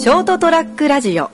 ショートトラックラジオ。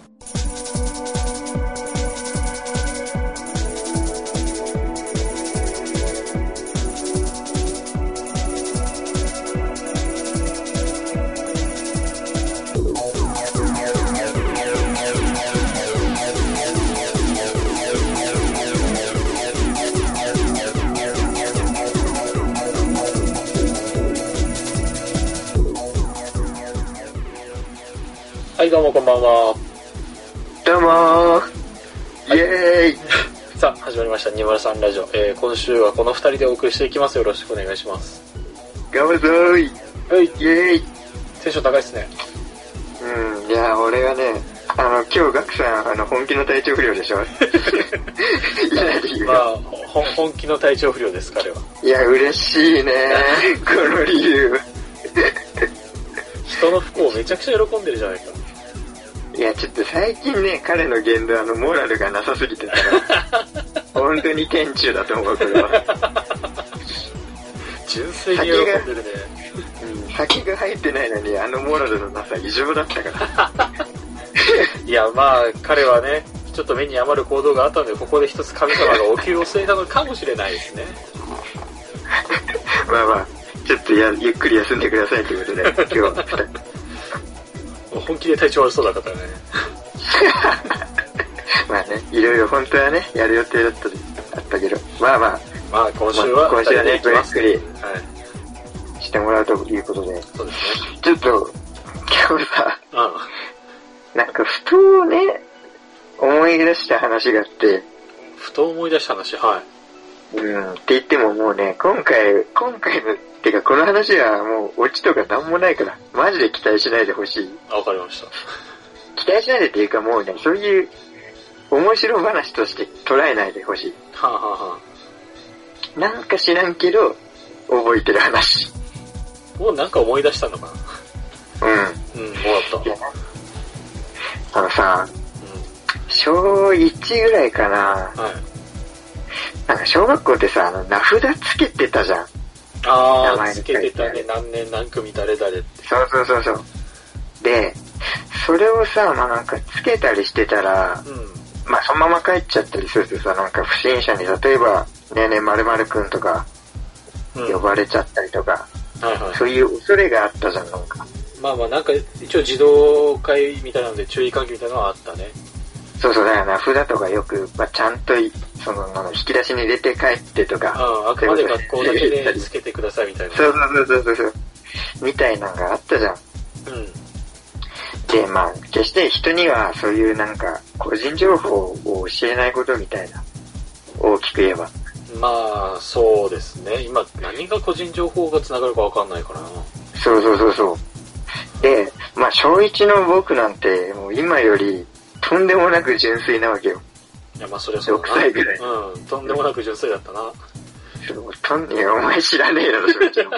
はい、どうもこんばんは。 どうもー、イエーイ。 さあ、始まりました203ラジオ。今週はこの2人でお送りしていきます。よろしくお願いします。 頑張るぞーい。 はい、 イエーイ。 テンション高いですね。 いや、俺はね、今日ガクさん、本気の体調不良でしょ。いや、理由まあ、本気の体調不良です、彼は。 いや、嬉しいねこの理由。 人の不幸をめちゃくちゃ喜んでるじゃないか。 いや、ちょっと最近ね、彼の言動モラルがなさすぎてたら、本当に天中だと思う、これは。 純粋に喜んでるね。 酒が入ってないのに、モラルのなさ異常だったから。 いや、まあ、彼はね、ちょっと目に余る行動があったので、ここで一つ神様がお灸を据えたのかもしれないですね。 まあまあ、ちょっとゆっくり休んでくださいということで、今日は。 本気で体調悪そうだからね。 まあね、いろいろ本当はね、やる予定だったけど、まあまあ、 まあ今週はね、ブレックリはいしてもらうということで、 そうですね。 ちょっと、今日さ、なんかふとね、思い出した話があって、 ふと思い出した話、はい。 って言ってももうね、今回の、てかこの話はもうオチとかなんもないから、マジで期待しないでほしい。 あ、わかりました。 期待しないでっていうかもうね、そういう面白話として捉えないでほしい。 はあ、はあはあ、なんか知らんけど、覚えてる話。 もうなんか思い出したのかな。もうだった。 さ、小1ぐらいかな。 はい。 なんか小学校ってさ、名札つけてたじゃん。 あー、つけてたね。何年何組誰々って。 そう。で、それをさ、まあなんかつけたりしてたら、まあそのまま帰っちゃったりするとさ、なんか不審者に例えば、ねえねえ〇〇くんとか、呼ばれちゃったりとか、そういう恐れがあったじゃん、なんか。 まあまあなんか一応児童会みたいなので注意喚起みたいなのはあったね。 そう、だから名札とかよく、まあ、ちゃんと、引き出しに入れて帰ってとか。 あくまで学校だけでつけてくださいみたいな。 そう。みたいなのがあったじゃん。で、まあ、決して人にはそういうなんか、個人情報を教えないことみたいな。大きく言えば。 まあ、そうですね。今、何が個人情報が繋がるかわかんないからな。 そう。で、まあ、小1の僕なんて、もう今より、とんでもなく純粋なわけよ。 いや、まあそれはそうだな。 6歳ぐらい。 とんでもなく純粋だったな。 いや、お前知らねえだろ、それ中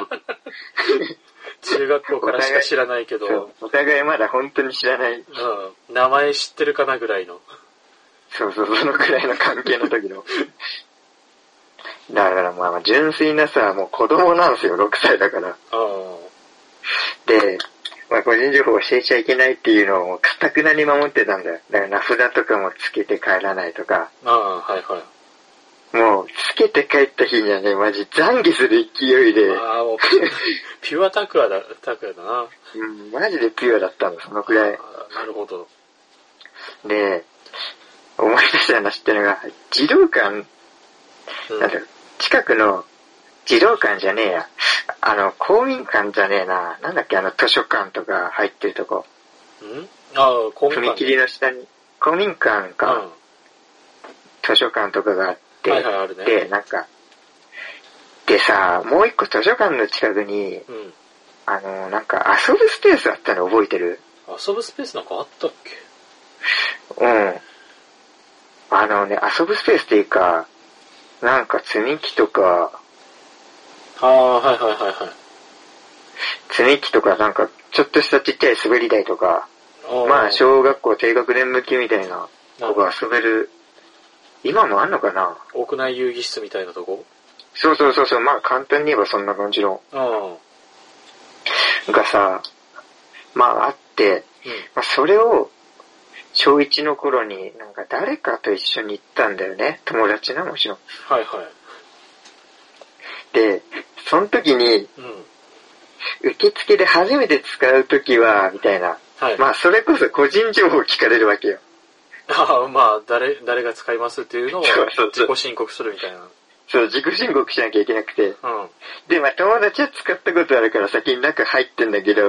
学校からしか知らないけど。 お互いまだ本当に知らない。 名前知ってるかなぐらいの。 そう、そのくらいの関係の時の。だからまあ、純粋なさ、もう子供なんですよ、6歳だから。で、まあ、個人情報を教えちゃいけないっていうのを堅くなに守ってたんだよ。だから名札とかもつけて帰らないとか。もう、つけて帰った日にはね、マジ懺悔する勢いで。 もうピュアタクアだな。 マジでピュアだったの、そのくらい。 なるほど。 で、思い出した話ってのが、児童館、近くの児童館じゃねえや。公民館じゃねえな。なんだっけ、図書館とか入ってるとこ。 公民館。 踏切の下に、公民館か、図書館とかがあって、 あるね。 で、なんか、でさ、もう一個図書館の近くに、なんか遊ぶスペースあったの覚えてる？ 遊ぶスペースなんかあったっけ？ 遊ぶスペースっていうか、なんか積み木とか、積み木とかなんか、ちょっとしたちっちゃい滑り台とか、まあ小学校低学年向きみたいな子が遊べる、今もあんのかな？ 屋内遊戯室みたいなとこ？ そう、まあ簡単に言えばそんな感じの。がさ、まああって、 まあ、それを、小1の頃になんか誰かと一緒に行ったんだよね。友達な、もちろん。 はいはい。 で、その時に、 うん。 受付で初めて使う時は、みたいな。 はい。 まあ、それこそ個人情報聞かれるわけよ。 ああ、まあ、誰が使いますっていうのを自己申告するみたいな。 そう、自己申告しなきゃいけなくて。 うん。 で、まあ、友達は使ったことあるから先に中入ってんだけど、 うん。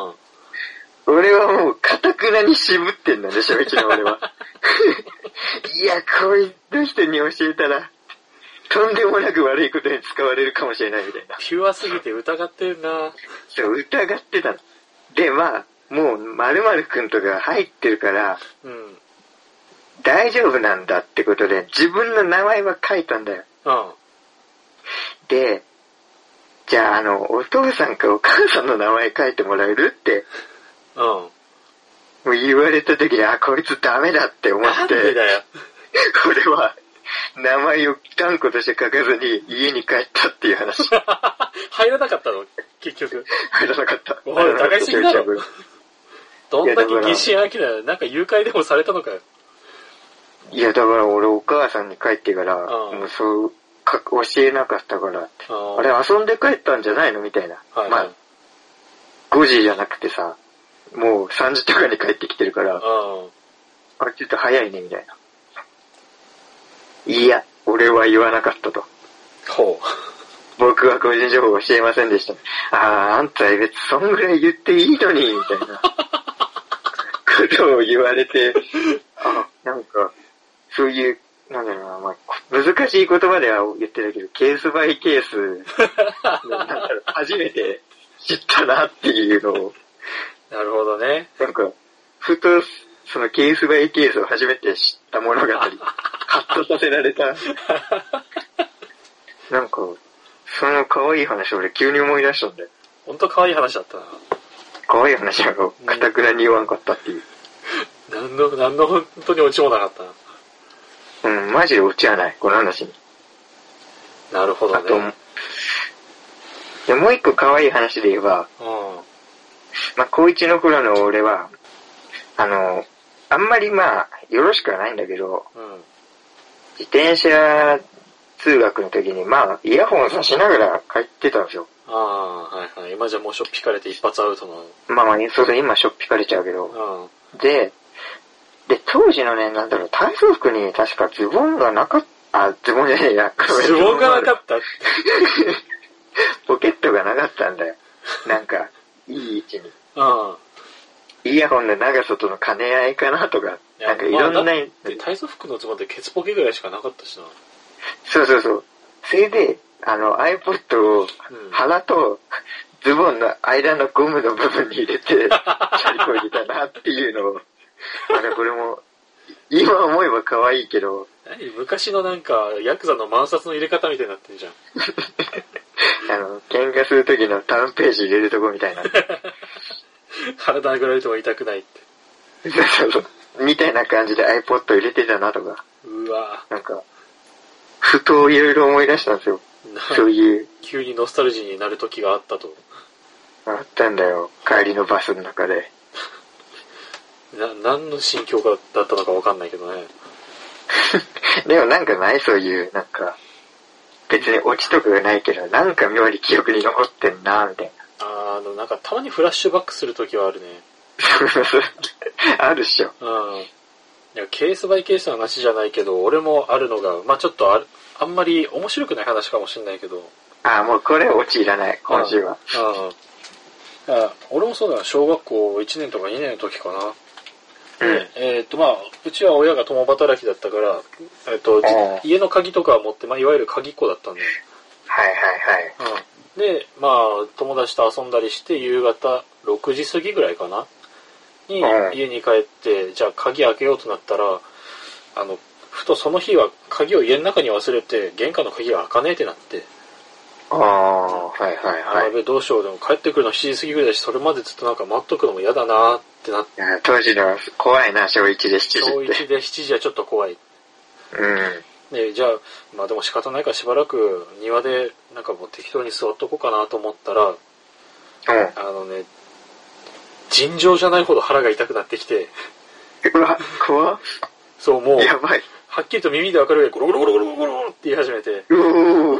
俺はもう、かたくなに渋ってんだね、小1の俺は。いや、こういう人に教えたら、とんでもなく悪いことに使われるかもしれないみたいな。 ピュアすぎて疑ってるな。 そう、疑ってたの。で、まあ、もう、〇〇くんとか入ってるから、 うん。 大丈夫なんだってことで、自分の名前は書いたんだよ。 うん。 で、じゃあ、お父さんかお母さんの名前書いてもらえるって、 うん。 もう言われた時に、あ、こいつダメだって思って、 なんでだよ。 俺は、名前を断固として書かずに家に帰ったっていう話。 入らなかったの結局。 入らなかった。 おい、高いすぎだろ。どんだけ疑心暗鬼だよ。なんか誘拐でもされたのかよ。 いや、だから俺お母さんに帰ってから、もうそう、教えなかったからって。あれ遊んで帰ったんじゃないのみたいな。 はいはい、 まあ、5時じゃなくてさ、もう3時とかに帰ってきてるから、あ、ちょっと早いね、みたいな。いや、俺は言わなかったと。 ほう。 僕は個人情報教えませんでした。ああ、あんた別にそんぐらい言っていいのに、みたいなことを言われて、あ、なんか、そういう、なんだろうな、まあ、難しい言葉では言ってたけど、ケースバイケース、なんだろう、初めて知ったなっていうのを。 なるほどね。 なんか、ふと、そのケースバイケースを初めて知った物語、ハッとさせられた。なんか、その可愛い話俺急に思い出したんだよ。 ほんと可愛い話だったな。 可愛い話はかたくなに言わんかったっていう。 なんの本当にオチもなかったな。 うん、マジでオチはない、この話に。 なるほどね。あと、 でもう一個可愛い話で言えば、まあ、高一の頃の俺は、あんまりまあ、よろしくはないんだけど、自転車通学の時に、まあ、イヤホンさしながら帰ってたんですよ。 ああ、はいはい。今じゃもうしょっぴかれて一発アウトの。 まあまあ、そうそう、今しょっぴかれちゃうけど。で、当時のね、なんだろう、体操服に確かズボンがなかった、ズボンじゃねえや。 ズボンがなかったポケットがなかったんだよ。なんか、いい位置に。イヤホンの長さとの兼ね合いかなとか、なんかいろんな、 体操服のズボンってケツポケぐらいしかなかったしな。 そうそうそう。それで、iPod を腹とズボンの間のゴムの部分に入れて、チャリこいでたなっていうのを、これも、今思えば可愛いけど。 昔のなんか、ヤクザの万札の入れ方みたいになってるじゃん。 喧嘩する時のターンページ入れるとこみたいな。 腹殴られても痛くないって。 そうそう。みたいな感じで iPod 入れてたなとか。 うわなんか、ふといろいろ思い出したんですよ。そういう。 急にノスタルジーになる時があったと。 あったんだよ。帰りのバスの中で。 何の心境だったのかわかんないけどね。 でもなんかない、そういう、なんか、別にオチとかがないけど、なんか妙に記憶に残ってんな、みたいな。 なんかたまにフラッシュバックする時はあるね。 あるっしょ。 いや、ケースバイケースの話じゃないけど、俺もあるのが、まあちょっとあんまり面白くない話かもしれないけど。 もうこれオチいらない、今週は。 俺もそうだな、小学校1年とか2年の時かな。まあ、うちは親が共働きだったから、家の鍵とか持って、まあ、いわゆる鍵っ子だったんで。 はいはいはい。 で、まあ、友達と遊んだりして、夕方6時過ぎぐらいかなに、家に帰って、じゃあ鍵開けようとなったら、ふとその日は鍵を家の中に忘れて、玄関の鍵が開かねえってなって。 はいはいはい。 やべ、どうしよう。でも帰ってくるの7時過ぎぐらいだし、それまでずっとなんか待っとくのも嫌だなってなって。 当時の怖いな、小1で7時って。 小1で7時はちょっと怖い。で、じゃあ、まあでも仕方ないからしばらく庭でなんかもう適当に座っとこうかなと思ったら、 尋常じゃないほど腹が痛くなってきて。 うわ、怖っ。 そう、もう、 やばい。 はっきりと耳でわかるぐらいゴロゴロゴロゴロゴロゴロって言い始めて。 うおー。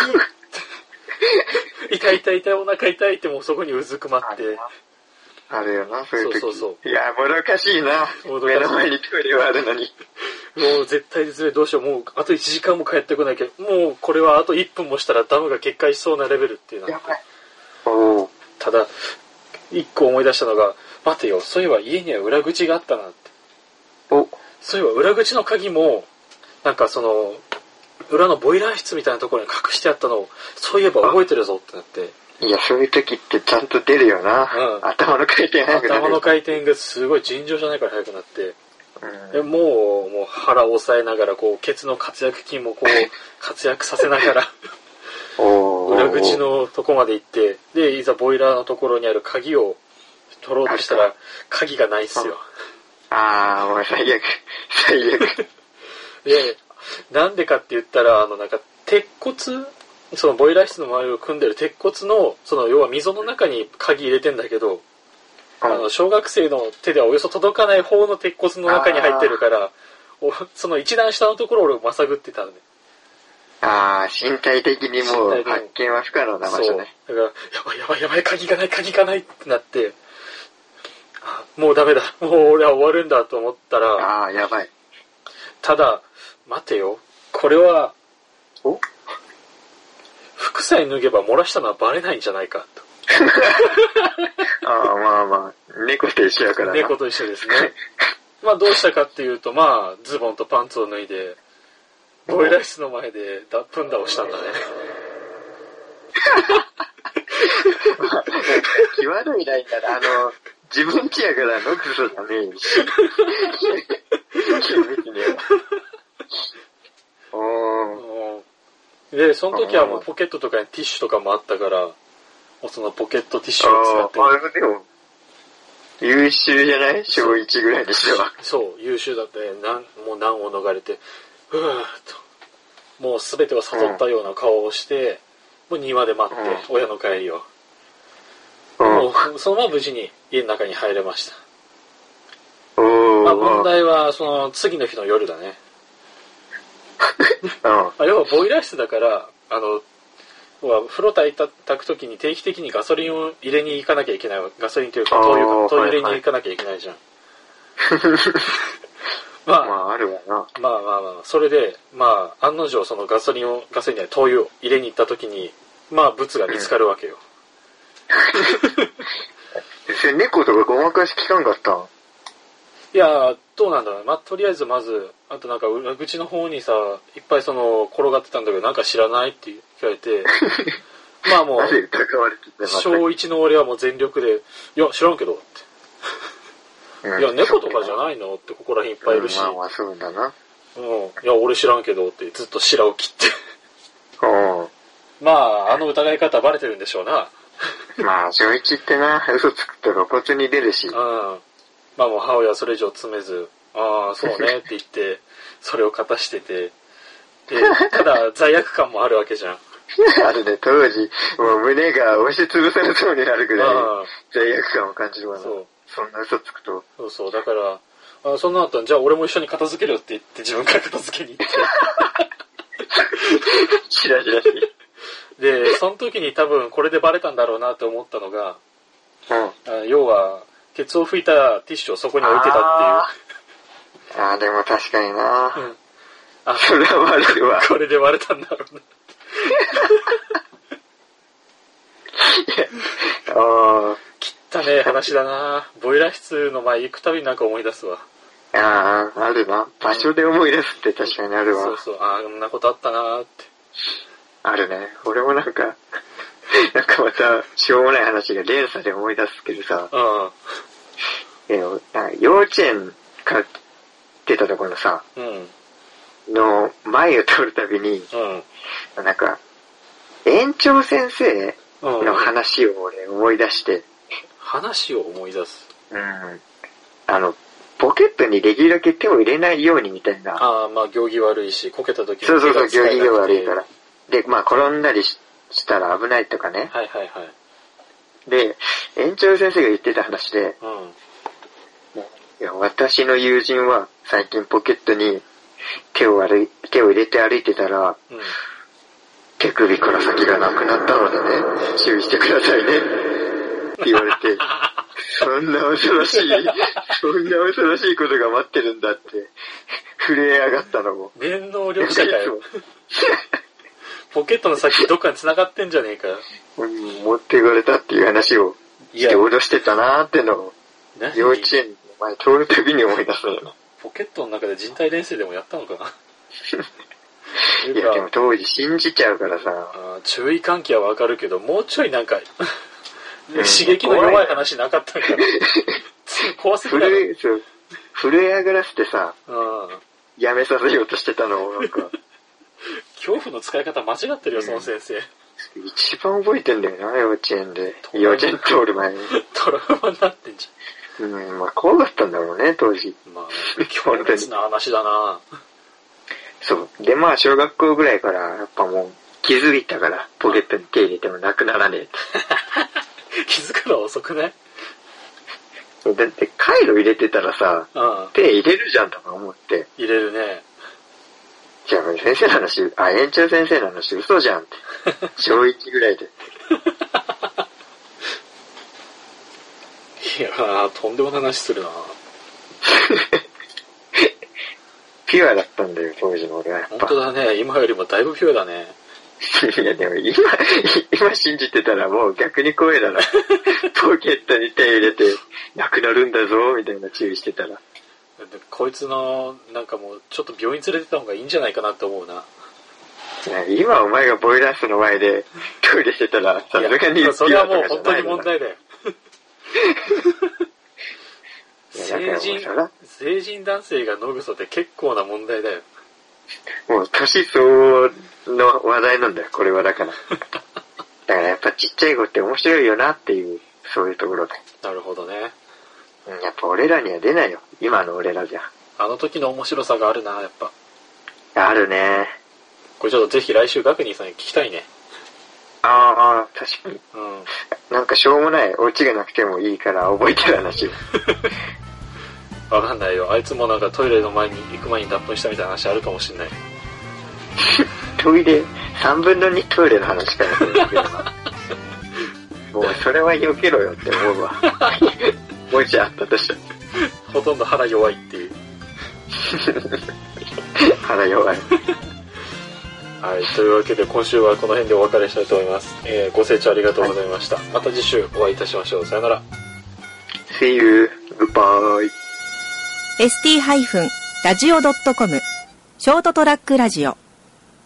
痛い痛い痛い、お腹痛いってもうそこにうずくまって。 あるよな、そういう時。 そうそうそう。 いや、もどかしいな。目の前にトイレはあるのに。 もう絶対絶命どうしよう。もうあと1時間も帰ってこないけど、もうこれはあと1分もしたらダムが決壊しそうなレベルっていうのは。 やばい。おー。 ただ、1個思い出したのが、待てよ、そういえば家には裏口があったなって。 お、 そういえば裏口の鍵も、なんかその、裏のボイラー室みたいなところに隠してあったのを、そういえば覚えてるぞってなって。 いや、そういう時ってちゃんと出るよな。うん、頭の回転速くなる。 頭の回転がすごい尋常じゃないから速くなって。でもう腹を押さえながら、こう、ケツの活躍筋もこう、活躍させながら、裏口のとこまで行って、で、いざボイラーのところにある鍵を取ろうとしたら、鍵がないっすよ。 あー、もう最悪。最悪。 で、なんでかって言ったら、なんか、鉄骨、そのボイラー室の周りを組んでる鉄骨の、その要は溝の中に鍵入れてんだけど、小学生の手ではおよそ届かない方の鉄骨の中に入ってるから、その一段下のところを俺まさぐってたのね。 あー、身体的にもう発見は不可能な場所ね。 だから、やばいやばい、鍵がないってなって、もうダメだ、もう俺は終わるんだと思ったら、 あー、やばい。 ただ、待てよ、これは、服さえ脱げば漏らしたのはバレないんじゃないかと。 ああ、まあまあ、猫と一緒やからな。 猫と一緒ですね。まあどうしたかっていうと、まあズボンとパンツを脱いで、ボイラー室の前でプンダをしたんだね。 際どいラインだな。自分家やからノックスじゃねえし。 で、その時はもうポケットとかにティッシュとかもあったから、そのポケットティッシュを使って。 でも、優秀じゃない？小1ぐらいにしては。 そう、優秀だって、もう難を逃れて、ふーっと、もう全てを悟ったような顔をして、もう庭で待って、親の帰りを。もう、そのまま無事に家の中に入れました。まあ問題は、その次の日の夜だね。要はボイラー室だから、風呂炊くときに定期的にガソリンを入れに行かなきゃいけない。ガソリンというか灯油入れに行かなきゃいけないじゃん。まあ、 あるわな。 まあ、それで、まあ、案の定そのガソリンじゃない、灯油を入れに行ったときに、まあ、ブツが見つかるわけよ。 猫とかごまかし聞かんかったん？ いや、どうなんだろう。まあ、とりあえずまず、あとなんか裏口の方にさ、いっぱいその、転がってたんだけど、なんか知らないって聞かれて、まあもう、小1の俺はもう全力で、いや、知らんけど、って。いや、猫とかじゃないのって、ここら辺いっぱいいるし。 まあ、そうだな。 いや、俺知らんけど、ってずっと白を切って。まあ、疑い方バレてるんでしょうな。 まあ、小1ってな、嘘つくと露骨に出るし。 まあもう母親はそれ以上詰めず、ああ、そうねって言って、それを勝たしてて、で、ただ罪悪感もあるわけじゃん。 あるね、当時、もう胸が押しつぶされそうになるぐらい、罪悪感を感じるわな。そんな嘘つくと。 そう、だから、そんなのあったら、じゃあ俺も一緒に片付けるよって言って、自分から片付けに行って。 チラチラしい。 で、その時に多分これでバレたんだろうなって思ったのが、要は、ケツを拭いたティッシュをそこに置いてたっていう。 でも確かにな。それはバレるわ。 これでバレたんだろうな。汚ねえ話だな。ボイラー室の前行くたびになんか思い出すわ。 あるな。場所で思い出すって確かにあるわ。 そう、こんなことあったなーって。 あるね。俺もなんかまた、しょうもない話が連鎖で思い出すけどさ。幼稚園通ってたところのさ、の前を通るたびに、なんか、園長先生の話を俺思い出して。 話を思い出す？ ポケットにできるだけ手を入れないようにみたいな。 まあ行儀悪いし、こけた時にそう、行儀が悪いから。で、まあ転んだりしたら危ないとかね。 はい。 で、 園長先生が言ってた話で、いや私の友人は最近ポケットに手を入れて歩いてたら、手首から先がなくなったのでね、注意してくださいねって言われて、そんな恐ろしいことが待ってるんだって震え上がったのも。 念能力者かよ。ポケットの先どっかに繋がってんじゃねえかよ。 持っていかれたっていう話をして脅してたなーってのを幼稚園の前通るたびに思い出すのよ。 ポケットの中で人体錬成でもやったのかな。 いやでも当時信じちゃうからさ。 注意喚起はわかるけど、もうちょいなんか刺激の弱い話なかったんかな。怖すぎる。 震え上がらせてさ、やめさせようとしてたのをなんか。 恐怖の使い方間違ってるよ、その先生。 一番覚えてんだよな、幼稚園で。幼稚園通る前に。 トラウマになってんじゃん。まあ怖かったんだろうね、当時。 まあ、強烈な話だな。 そう。で、まあ小学校ぐらいからやっぱもう気づいたから、ポケットに手入れてもなくならねえって。 気づくのは遅くない？ だって回路入れてたらさ、手入れるじゃんとか思って。 入れるね。 じゃあ先生の話、園長先生の話嘘じゃんって。小1ぐらいで。 いやー、とんでもない話するな。 ピュアだったんだよ、当時の俺はやっぱ。 本当だね、今よりもだいぶピュアだね。 いやでも今信じてたらもう逆に怖いだろ。ポケットに手入れて、なくなるんだぞ、みたいな注意してたら。 こいつの、なんかもう、ちょっと病院連れてた方がいいんじゃないかなって思うな。 今お前がボイラー室の前でトイレしてたら、さすがにそれはもう本当に問題だよ。成人男性が野ぐそって結構な問題だよ。 もう年相応の話題なんだよ、これはだから。だからやっぱちっちゃい子って面白いよなっていう、そういうところで。 なるほどね。 やっぱ俺らには出ないよ、今の俺らじゃ。 あの時の面白さがあるな、やっぱ。 あるね。 これちょっとぜひ来週ガクニーさんに聞きたいね。 ああ、確かに。なんかしょうもないオチがなくてもいいから覚えてる話。 わかんないよ。あいつもなんかトイレの前に行く前に脱粉したみたいな話あるかもしんない。 トイレ、3分の2トイレの話かなと思うけどな。もうそれは避けろよって思うわ。もしあったとしたら。 ほとんど腹弱いっていう。 腹弱い。 はい、というわけで今週はこの辺でお別れしたいと思います。ご清聴ありがとうございました。また次週お会いいたしましょう。さよなら。 See you. Goodbye. ST-radio.com ショートトラックラジオ